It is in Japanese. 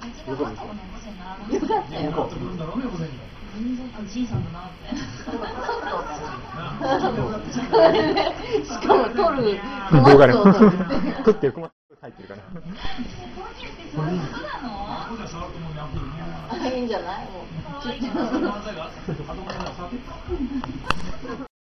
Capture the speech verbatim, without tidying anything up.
よかったよ全然じいさんだなってしかも撮る動画で撮ってるコマ入ってるかな。 いいんじゃないもう